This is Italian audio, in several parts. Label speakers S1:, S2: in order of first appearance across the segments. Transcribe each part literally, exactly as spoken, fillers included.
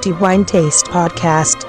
S1: D Wine Taste Podcast.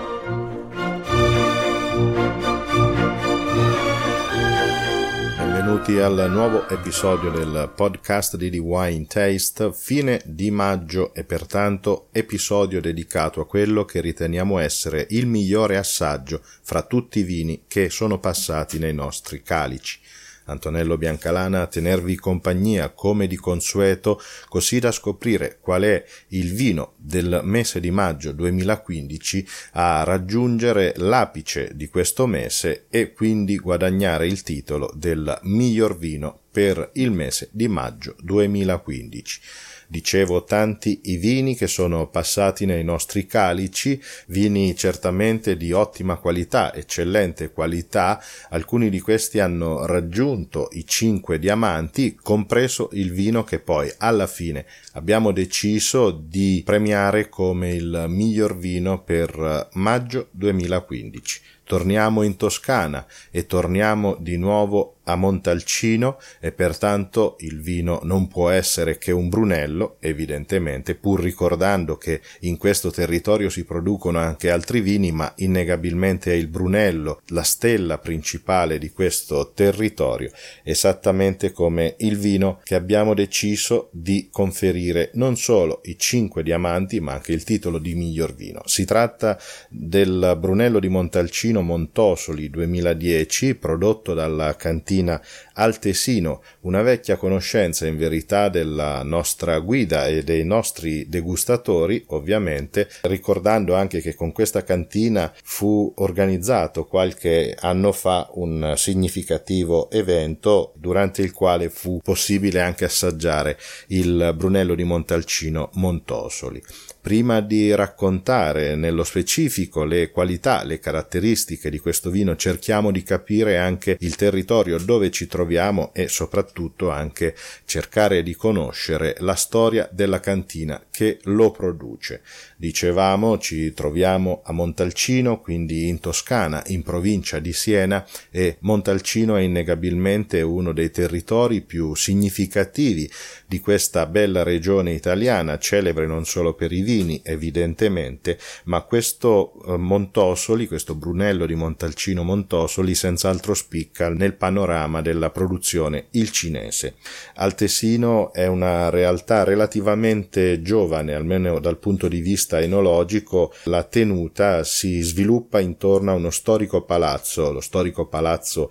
S2: Benvenuti al nuovo episodio del podcast di The Wine Taste, fine di maggio e pertanto episodio dedicato a quello che riteniamo essere il migliore assaggio fra tutti i vini che sono passati nei nostri calici. Antonello Biancalana a tenervi compagnia come di consueto, così da scoprire qual è il vino del mese di maggio duemilaquindici a raggiungere l'apice di questo mese e quindi guadagnare il titolo del miglior vino per il mese di maggio duemilaquindici. Dicevo, tanti i vini che sono passati nei nostri calici, vini certamente di ottima qualità, eccellente qualità. Alcuni di questi hanno raggiunto i cinque diamanti, compreso il vino che poi alla fine abbiamo deciso di premiare come il miglior vino per maggio duemilaquindici. Torniamo in Toscana e torniamo di nuovo a Montalcino e pertanto il vino non può essere che un Brunello, evidentemente, pur ricordando che in questo territorio si producono anche altri vini, ma innegabilmente è il Brunello la stella principale di questo territorio, esattamente come il vino che abbiamo deciso di conferire non solo i cinque diamanti ma anche il titolo di miglior vino. Si tratta del Brunello di Montalcino Montosoli duemiladieci, prodotto dalla cantina Altesino, una vecchia conoscenza in verità della nostra guida e dei nostri degustatori, ovviamente, ricordando anche che con questa cantina fu organizzato qualche anno fa un significativo evento durante il quale fu possibile anche assaggiare il Brunello di Montalcino Montosoli. Prima di raccontare nello specifico le qualità, le caratteristiche di questo vino, cerchiamo di capire anche il territorio dove ci troviamo e soprattutto anche cercare di conoscere la storia della cantina che lo produce. Dicevamo, ci troviamo a Montalcino, quindi in Toscana, in provincia di Siena, e Montalcino è innegabilmente uno dei territori più significativi di questa bella regione italiana, celebre non solo per i vini evidentemente, ma questo Montosoli, questo Brunello di Montalcino Montosoli senz'altro spicca nel panorama della produzione il cinese. Altesino è una realtà relativamente giovane, almeno dal punto di vista enologico. La tenuta si sviluppa intorno a uno storico palazzo, lo storico palazzo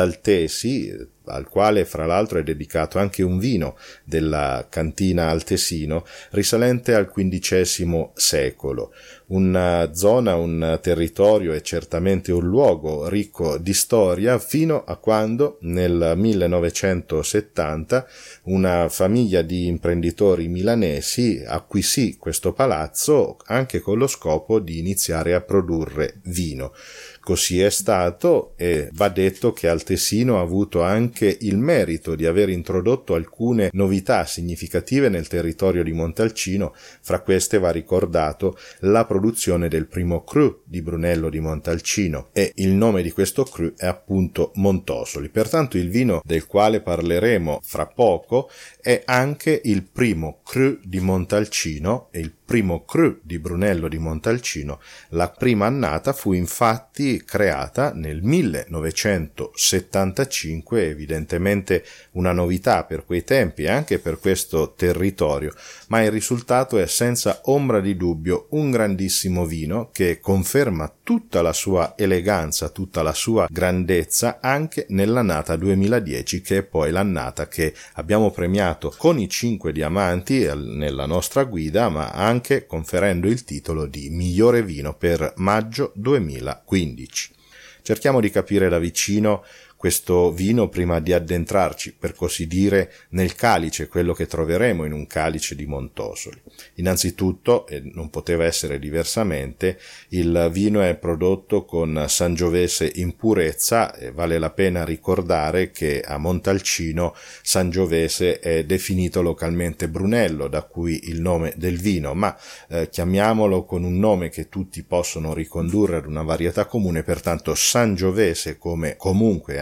S2: d'Altesi, al quale fra l'altro è dedicato anche un vino della cantina Altesino risalente al quindicesimo secolo. Una zona, un territorio e certamente un luogo ricco di storia fino a quando nel millenovecentosettanta una famiglia di imprenditori milanesi acquisì questo palazzo anche con lo scopo di iniziare a produrre vino. Così è stato e va detto che Altesino ha avuto anche il merito di aver introdotto alcune novità significative nel territorio di Montalcino. Fra queste va ricordato la produzione del primo cru di Brunello di Montalcino e il nome di questo cru è appunto Montosoli. Pertanto il vino del quale parleremo fra poco è anche il primo cru di Montalcino e il primo cru di Brunello di Montalcino. La prima annata fu infatti creata nel millenovecentosettantacinque, evidentemente una novità per quei tempi e anche per questo territorio, ma il risultato è senza ombra di dubbio un grandissimo vino che conferma tutta la sua eleganza, tutta la sua grandezza anche nell'annata duemiladieci, che è poi l'annata che abbiamo premiato con i cinque diamanti nella nostra guida, ma anche conferendo il titolo di migliore vino per maggio duemilaquindici. Cerchiamo di capire da vicino questo vino prima di addentrarci, per così dire, nel calice, quello che troveremo in un calice di Montosoli. Innanzitutto, e non poteva essere diversamente, il vino è prodotto con Sangiovese in purezza e vale la pena ricordare che a Montalcino Sangiovese è definito localmente Brunello, da cui il nome del vino, ma eh, chiamiamolo con un nome che tutti possono ricondurre ad una varietà comune, pertanto Sangiovese, come comunque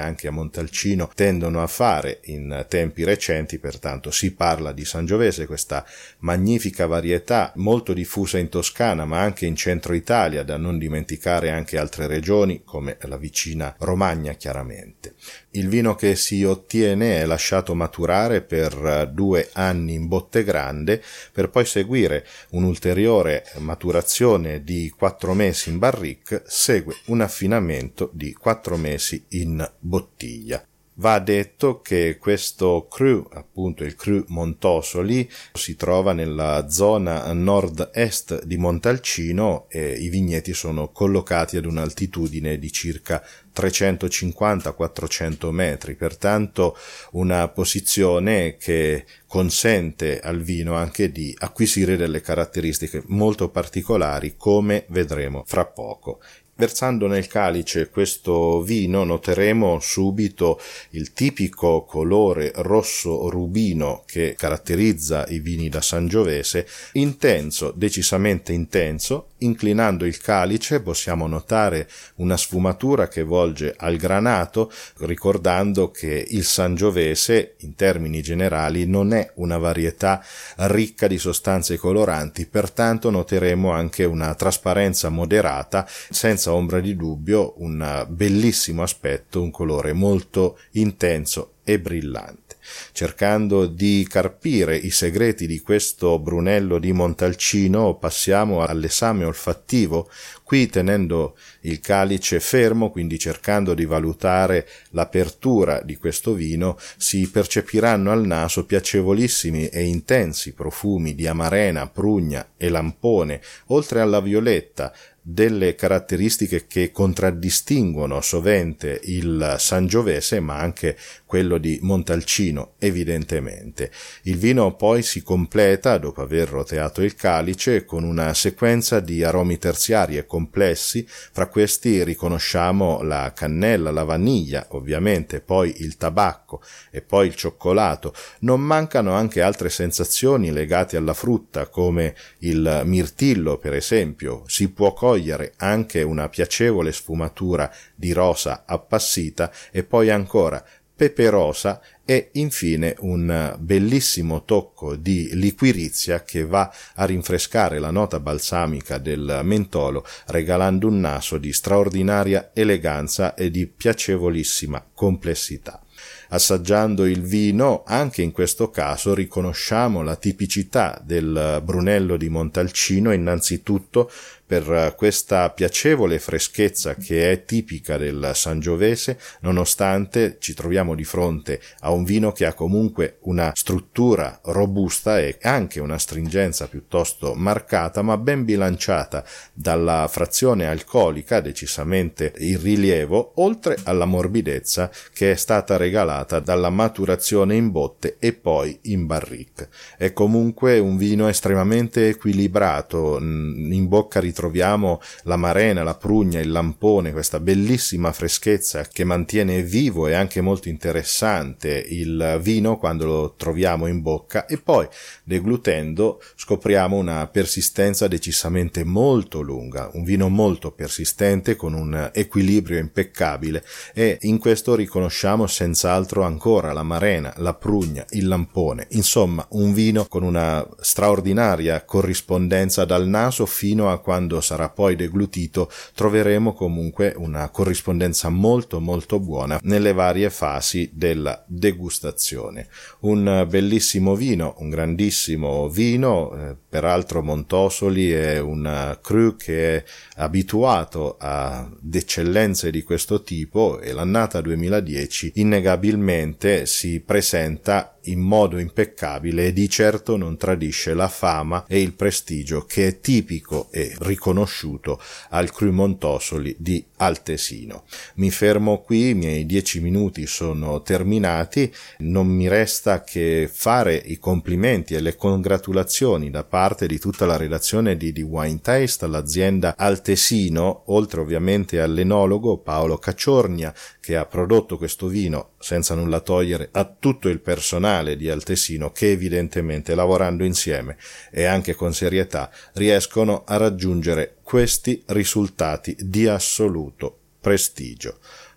S2: anche a Montalcino tendono a fare in tempi recenti, pertanto si parla di Sangiovese, questa magnifica varietà molto diffusa in Toscana ma anche in centro Italia, da non dimenticare anche altre regioni come la vicina Romagna chiaramente. Il vino che si ottiene è lasciato maturare per due anni in botte grande per poi seguire un'ulteriore maturazione di quattro mesi in barrique, segue un affinamento di quattro mesi in bottiglia. Va detto che questo cru, appunto il cru Montosoli, si trova nella zona nord-est di Montalcino e i vigneti sono collocati ad un'altitudine di circa trecentocinquanta quattrocento metri, pertanto una posizione che consente al vino anche di acquisire delle caratteristiche molto particolari, come vedremo fra poco. Versando nel calice questo vino noteremo subito il tipico colore rosso rubino che caratterizza i vini da Sangiovese, intenso, decisamente intenso. Inclinando il calice possiamo notare una sfumatura che volge al granato, ricordando che il Sangiovese in termini generali non è una varietà ricca di sostanze coloranti, pertanto noteremo anche una trasparenza moderata, senza ombra di dubbio un bellissimo aspetto, un colore molto intenso e brillante. Cercando di carpire i segreti di questo Brunello di Montalcino, passiamo all'esame olfattivo, qui tenendo il calice fermo, quindi cercando di valutare l'apertura di questo vino, si percepiranno al naso piacevolissimi e intensi profumi di amarena, prugna e lampone, oltre alla violetta, delle caratteristiche che contraddistinguono sovente il Sangiovese ma anche quello di Montalcino evidentemente. Il vino poi si completa, dopo aver roteato il calice, con una sequenza di aromi terziari e complessi. Fra questi riconosciamo la cannella, la vaniglia, ovviamente poi il tabacco e poi il cioccolato. Non mancano anche altre sensazioni legate alla frutta, come il mirtillo per esempio. Si può cogliere anche una piacevole sfumatura di rosa appassita e poi ancora pepe rosa e infine un bellissimo tocco di liquirizia che va a rinfrescare la nota balsamica del mentolo, regalando un naso di straordinaria eleganza e di piacevolissima complessità. Assaggiando il vino, anche in questo caso riconosciamo la tipicità del Brunello di Montalcino, innanzitutto per questa piacevole freschezza che è tipica del Sangiovese, nonostante ci troviamo di fronte a un vino che ha comunque una struttura robusta e anche una stringenza piuttosto marcata, ma ben bilanciata dalla frazione alcolica decisamente in rilievo, oltre alla morbidezza che è stata regalata dalla maturazione in botte e poi in barrique. È comunque un vino estremamente equilibrato, in bocca ritroviamo l'amarena, la prugna, il lampone, questa bellissima freschezza che mantiene vivo e anche molto interessante il vino quando lo troviamo in bocca, e poi deglutendo scopriamo una persistenza decisamente molto lunga, un vino molto persistente con un equilibrio impeccabile, e in questo riconosciamo senz'altro ancora l'amarena, la prugna, il lampone, insomma un vino con una straordinaria corrispondenza dal naso fino a quando sarà poi deglutito. Troveremo comunque una corrispondenza molto molto buona nelle varie fasi della degustazione. Un bellissimo vino, un grandissimo vino, eh, peraltro Montosoli è un cru che è abituato ad eccellenze di questo tipo e l'annata duemiladieci innegabilmente si presenta in modo impeccabile e di certo non tradisce la fama e il prestigio che è tipico e riconosciuto al Cru Montosoli di Altesino. Mi fermo qui, i miei dieci minuti sono terminati, non mi resta che fare i complimenti e le congratulazioni da parte di tutta la redazione di The Wine Taste all'azienda Altesino, oltre ovviamente all'enologo Paolo Caciornia che ha prodotto questo vino, senza nulla togliere a tutto il personale di Altesino che evidentemente lavorando insieme e anche con serietà riescono a raggiungere questi risultati di assoluto prestigio.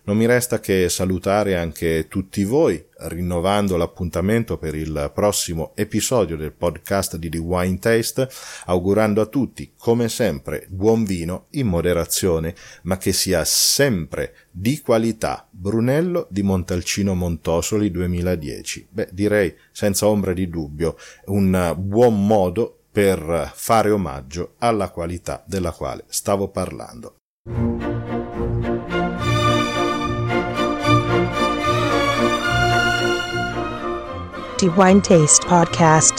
S2: Non mi resta che salutare anche tutti voi, rinnovando l'appuntamento per il prossimo episodio del podcast di The Wine Taste, augurando a tutti, come sempre, buon vino in moderazione, ma che sia sempre di qualità. Brunello di Montalcino Montosoli duemiladieci. Beh, direi senza ombra di dubbio un buon modo per fare omaggio alla qualità della quale stavo parlando.
S1: The Wine Taste Podcast.